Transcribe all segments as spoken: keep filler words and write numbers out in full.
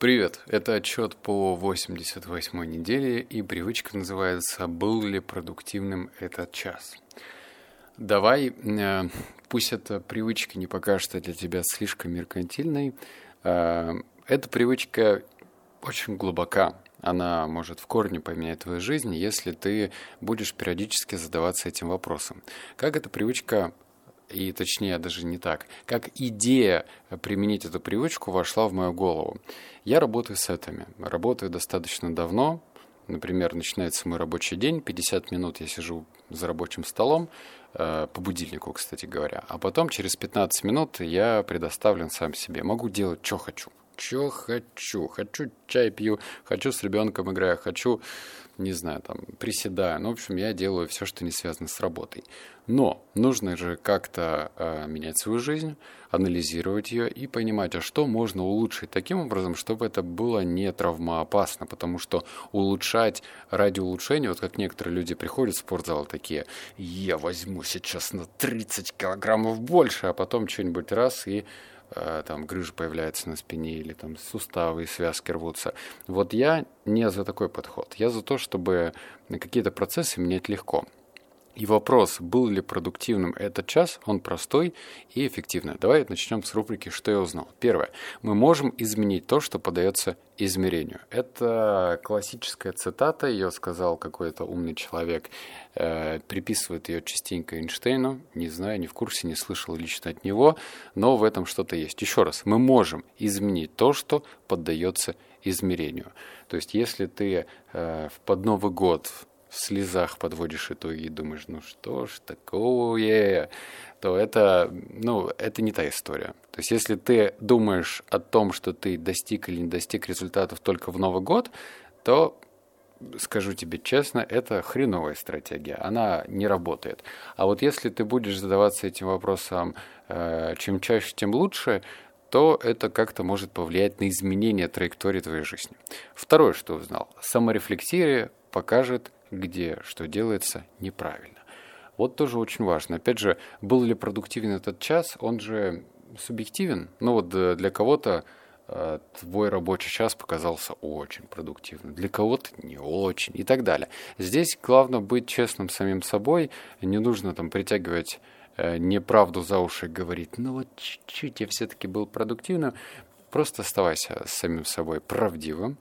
Привет, это отчет по восемьдесят восьмой неделе, и привычка называется «Был ли продуктивным этот час?». Давай, э, пусть эта привычка не покажется для тебя слишком меркантильной, э, эта привычка очень глубока. Она может в корне поменять твою жизнь, если ты будешь периодически задаваться этим вопросом. Как эта привычка, и точнее даже не так, как идея применить эту привычку вошла в мою голову. Я работаю с этими, работаю достаточно давно. Например, начинается мой рабочий день, пятьдесят минут я сижу за рабочим столом, э, по будильнику, кстати говоря, а потом через пятнадцать минут я предоставлен сам себе. Могу делать, что хочу. Что хочу. Хочу чай пью, хочу с ребенком играю, хочу, не знаю, там, приседаю. Ну, в общем, я делаю все, что не связано с работой. Но нужно же как-то э, менять свою жизнь, анализировать ее и понимать, а что можно улучшить таким образом, чтобы это было не травмоопасно. Потому что улучшать ради улучшения, вот как некоторые люди приходят в спортзал такие, я возьму сейчас на тридцать килограммов больше, а потом что-нибудь раз и там грыжа появляется на спине или там суставы и связки рвутся. Вот я не за такой подход. Я за то, чтобы какие-то процессы менять легко. И вопрос, был ли продуктивным этот час, он простой и эффективный. Давай начнем с рубрики «Что я узнал?». Первое. Мы можем изменить то, что поддается измерению. Это классическая цитата, ее сказал какой-то умный человек, э, приписывает ее частенько Эйнштейну. Не знаю, не в курсе, не слышал лично от него, но в этом что-то есть. Еще раз, мы можем изменить то, что поддается измерению. То есть, если ты э, в под Новый год в слезах подводишь итоги и думаешь, ну что ж такое, то это, ну, это не та история. То есть, если ты думаешь о том, что ты достиг или не достиг результатов только в Новый год, то, скажу тебе честно, это хреновая стратегия, она не работает. А вот если ты будешь задаваться этим вопросом, э, чем чаще, тем лучше, то это как-то может повлиять на изменение траектории твоей жизни. Второе, что узнал, саморефлексия покажет, где что делается неправильно. Вот тоже очень важно. Опять же, был ли продуктивен этот час, он же субъективен. Ну вот для кого-то э, твой рабочий час показался очень продуктивным, для кого-то не очень и так далее. Здесь главное быть честным с самим собой, не нужно там притягивать э, неправду за уши и говорить, ну вот чуть-чуть я все-таки был продуктивным. Просто оставайся с самим собой правдивым,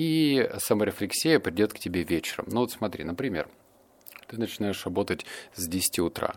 и саморефлексия придет к тебе вечером. Ну вот смотри, например, ты начинаешь работать с десяти утра.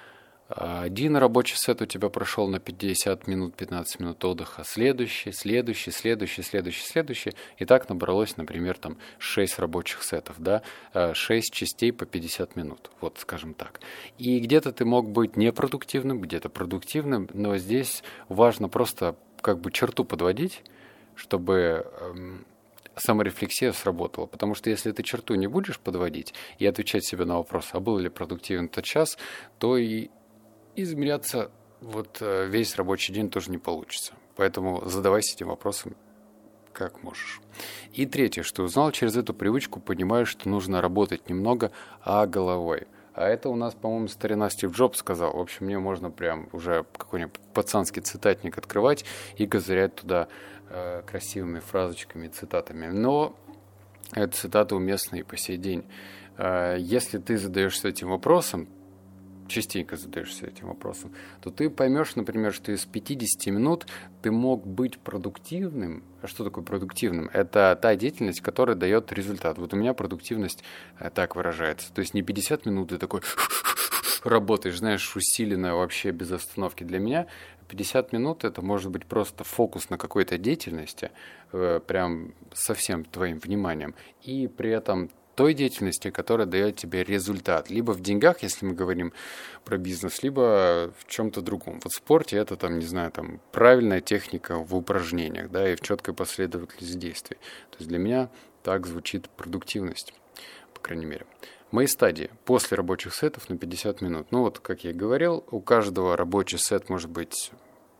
Один рабочий сет у тебя прошел на пятьдесят минут, пятнадцать минут отдыха. Следующий, следующий, следующий, следующий, следующий. И так набралось, например, там шесть рабочих сетов, да, шесть частей по пятьдесят минут, вот скажем так. И где-то ты мог быть непродуктивным, где-то продуктивным, но здесь важно просто как бы черту подводить, чтобы эм, саморефлексия сработала. Потому что если ты черту не будешь подводить и отвечать себе на вопрос, а был ли продуктивен этот час, то и измеряться вот весь рабочий день тоже не получится. Поэтому задавайся этим вопросом как можешь. И третье, что узнал, через эту привычку понимаю, что нужно работать немного, а головой. А это у нас, по-моему, старина Стив Джобс сказал. В общем, мне можно прям уже какой-нибудь пацанский цитатник открывать и козырять туда э, красивыми фразочками и цитатами. Но эта цитата уместна и по сей день. Э, если ты задаешься этим вопросом, частенько задаешься этим вопросом, то ты поймешь, например, что из пятидесяти минут ты мог быть продуктивным. А что такое продуктивным? Это та деятельность, которая дает результат. Вот у меня продуктивность так выражается. То есть не пятьдесят минут ты такой работаешь, знаешь, усиленно вообще без остановки. Для меня пятьдесят минут это может быть просто фокус на какой-то деятельности, прям со всем твоим вниманием. И при этом той деятельности, которая дает тебе результат. Либо в деньгах, если мы говорим про бизнес, либо в чем-то другом. Вот в спорте это, там, не знаю, там, правильная техника в упражнениях, да, и в четкой последовательности действий. То есть для меня так звучит продуктивность, по крайней мере. Мои стадии после рабочих сетов на пятьдесят минут. Ну вот, как я и говорил, у каждого рабочий сет может быть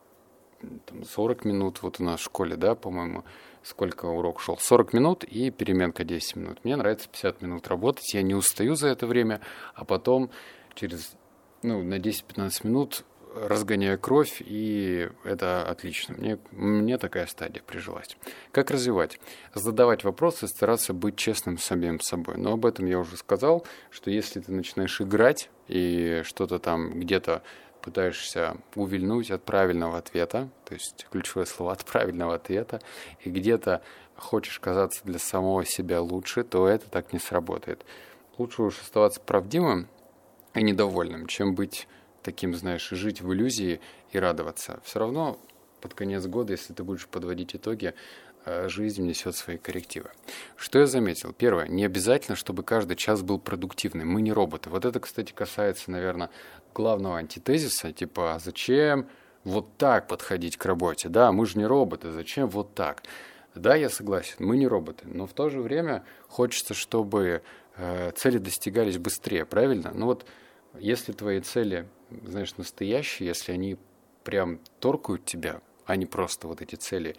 там, сорок минут. Вот у нас в школе, да, по-моему, сколько урок шел? сорок минут и переменка десять минут. Мне нравится пятьдесят минут работать, я не устаю за это время, а потом через, ну, на десять-пятнадцать минут разгоняю кровь, и это отлично. Мне, мне такая стадия прижилась. Как развивать? Задавать вопросы, стараться быть честным с самим собой. Но об этом я уже сказал, что если ты начинаешь играть и что-то там где-то пытаешься увильнуть от правильного ответа, то есть ключевое слово от правильного ответа, и где-то хочешь казаться для самого себя лучше, то это так не сработает. Лучше уж оставаться правдивым и недовольным, чем быть таким, знаешь, жить в иллюзии и радоваться. Все равно под конец года, если ты будешь подводить итоги, жизнь несет свои коррективы. Что я заметил? Первое. Не обязательно, чтобы каждый час был продуктивным. Мы не роботы. Вот это, кстати, касается, наверное, главного антитезиса. Типа, а зачем вот так подходить к работе? Да, мы же не роботы. Зачем вот так? Да, я согласен, мы не роботы. Но в то же время хочется, чтобы э, цели достигались быстрее. Правильно? Ну вот, если твои цели, знаешь, настоящие, если они прям торкают тебя, а не просто вот эти цели,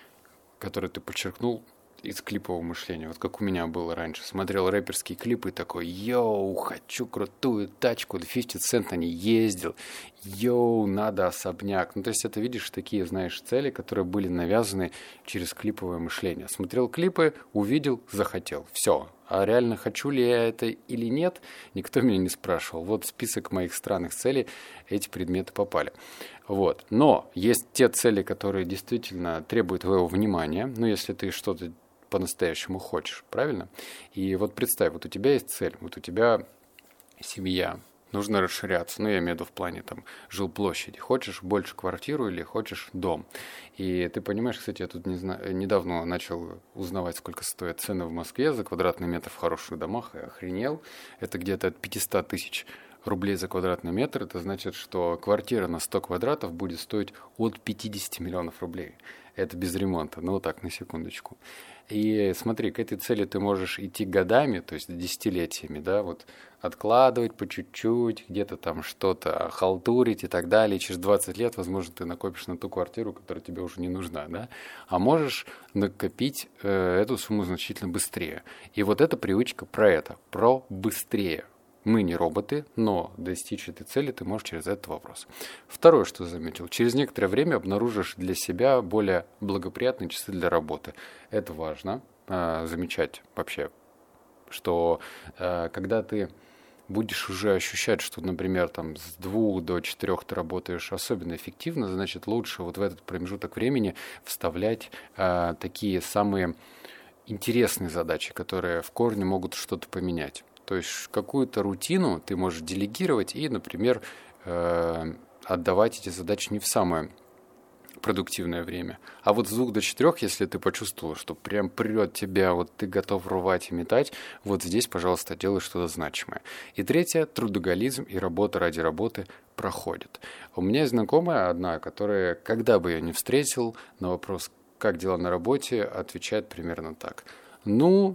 который ты подчеркнул из клипового мышления. Вот как у меня было раньше. Смотрел рэперские клипы и такой: йоу, хочу крутую тачку, пятьдесят Cent на ней ездил, йоу, надо особняк. Ну, то есть это, видишь, такие, знаешь, цели, которые были навязаны через клиповое мышление. Смотрел клипы, увидел, захотел. Все. А реально хочу ли я это или нет, никто меня не спрашивал. Вот список моих странных целей, эти предметы попали. Вот. Но есть те цели, которые действительно требуют твоего внимания, ну, если ты что-то по-настоящему хочешь, правильно? И вот представь, вот у тебя есть цель, вот у тебя семья, нужно расширяться, ну, я имею в виду в плане там жилплощади. Хочешь больше квартиру или хочешь дом? И ты понимаешь, кстати, я тут не знаю, недавно начал узнавать, сколько стоят цены в Москве за квадратный метр в хороших домах, и охренел. Это где-то от пятьсот тысяч рублей за квадратный метр. Это значит, что квартира на сто квадратов будет стоить от пятьдесят миллионов рублей. Это без ремонта, ну вот так, на секундочку. И смотри, к этой цели ты можешь идти годами, то есть десятилетиями, да, вот откладывать по чуть-чуть, где-то там что-то халтурить и так далее. И через двадцать лет, возможно, ты накопишь на ту квартиру, которая тебе уже не нужна, да. А можешь накопить э, эту сумму значительно быстрее. И вот эта привычка про это, про быстрее. Мы не роботы, но достичь этой цели ты можешь через этот вопрос. Второе, что заметил. Через некоторое время обнаружишь для себя более благоприятные часы для работы. Это важно э, замечать вообще, что э, когда ты будешь уже ощущать, что, например, там, с двух до четырех ты работаешь особенно эффективно, значит, лучше вот в этот промежуток времени вставлять э, такие самые интересные задачи, которые в корне могут что-то поменять. То есть какую-то рутину ты можешь делегировать и, например, э, отдавать эти задачи не в самое продуктивное время. А вот с двух до четырех, если ты почувствовал, что прям прет тебя, вот ты готов рвать и метать, вот здесь, пожалуйста, делай что-то значимое. И третье, трудоголизм и работа ради работы проходят. У меня есть знакомая одна, которая, когда бы я ни встретил, на вопрос, как дела на работе, отвечает примерно так. Ну...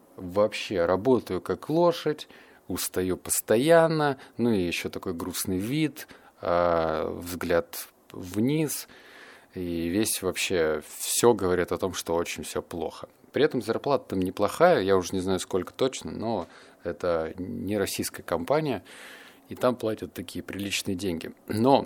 Вообще работаю как лошадь, устаю постоянно, ну и еще такой грустный вид, э, взгляд вниз, и весь вообще все говорит о том, что очень все плохо. При этом зарплата там неплохая, я уже не знаю сколько точно, но это не российская компания, и там платят такие приличные деньги. Но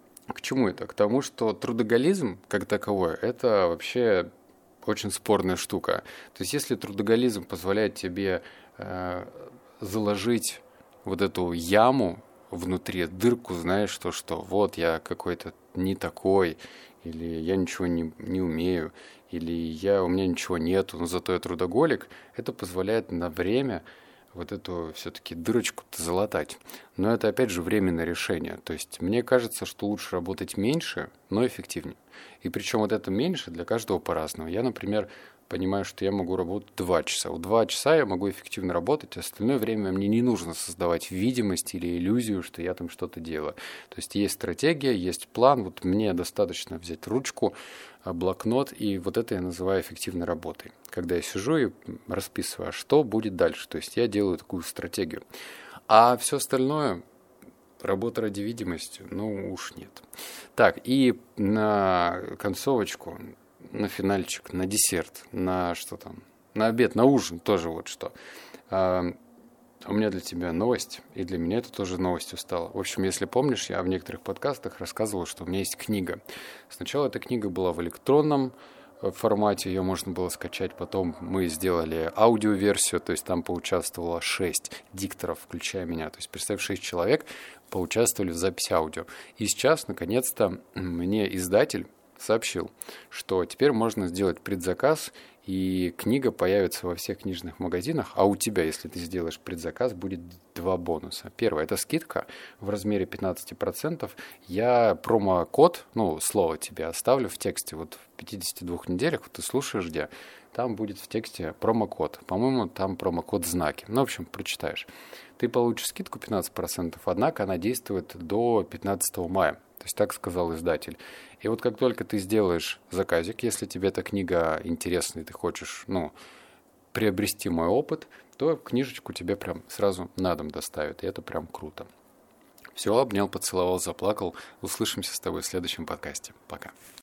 к чему это? К тому, что трудоголизм как таковой, это вообще... очень спорная штука. То есть если трудоголизм позволяет тебе э, заложить вот эту яму внутри, дырку, знаешь, что, что вот я какой-то не такой, или я ничего не, не умею, или я, у меня ничего нету, но зато я трудоголик, это позволяет на время вот эту все-таки дырочку-то залатать. Но это, опять же, временное решение. То есть мне кажется, что лучше работать меньше, но эффективнее. И причем вот это меньше для каждого по-разному. Я, например, понимаю, что я могу работать два часа. В два часа я могу эффективно работать, а остальное время мне не нужно создавать видимость или иллюзию, что я там что-то делаю. То есть есть стратегия, есть план. Вот мне достаточно взять ручку, блокнот, и вот это я называю эффективной работой. Когда я сижу и расписываю, а что будет дальше. То есть я делаю такую стратегию. А все остальное... Работа ради видимости, ну уж нет. Так, и на концовочку, на финальчик, на десерт, на что там, на обед, на ужин тоже вот что. У меня для тебя новость, и для меня это тоже новостью стало. В общем, если помнишь, я в некоторых подкастах рассказывал, что у меня есть книга. Сначала эта книга была в электронном формате, ее можно было скачать, потом мы сделали аудиоверсию, то есть там поучаствовало шесть дикторов, включая меня. То есть, представь, шесть человек поучаствовали в записи аудио. И сейчас, наконец-то, мне издатель сообщил, что теперь можно сделать предзаказ, и книга появится во всех книжных магазинах, а у тебя, если ты сделаешь предзаказ, будет два бонуса. Первое – это скидка в размере пятнадцать процентов. Я промокод, ну, слово тебе оставлю в тексте. Вот в пятидесяти двух неделях, вот ты слушаешь где, там будет в тексте промокод. По-моему, там промокод знаки. Ну, в общем, прочитаешь. Ты получишь скидку пятнадцать процентов, однако она действует до пятнадцатого мая. То есть так сказал издатель. И вот как только ты сделаешь заказик, если тебе эта книга интересна и ты хочешь, ну, приобрести мой опыт, то книжечку тебе прям сразу на дом доставят. И это прям круто. Все, обнял, поцеловал, заплакал. Услышимся с тобой в следующем подкасте. Пока.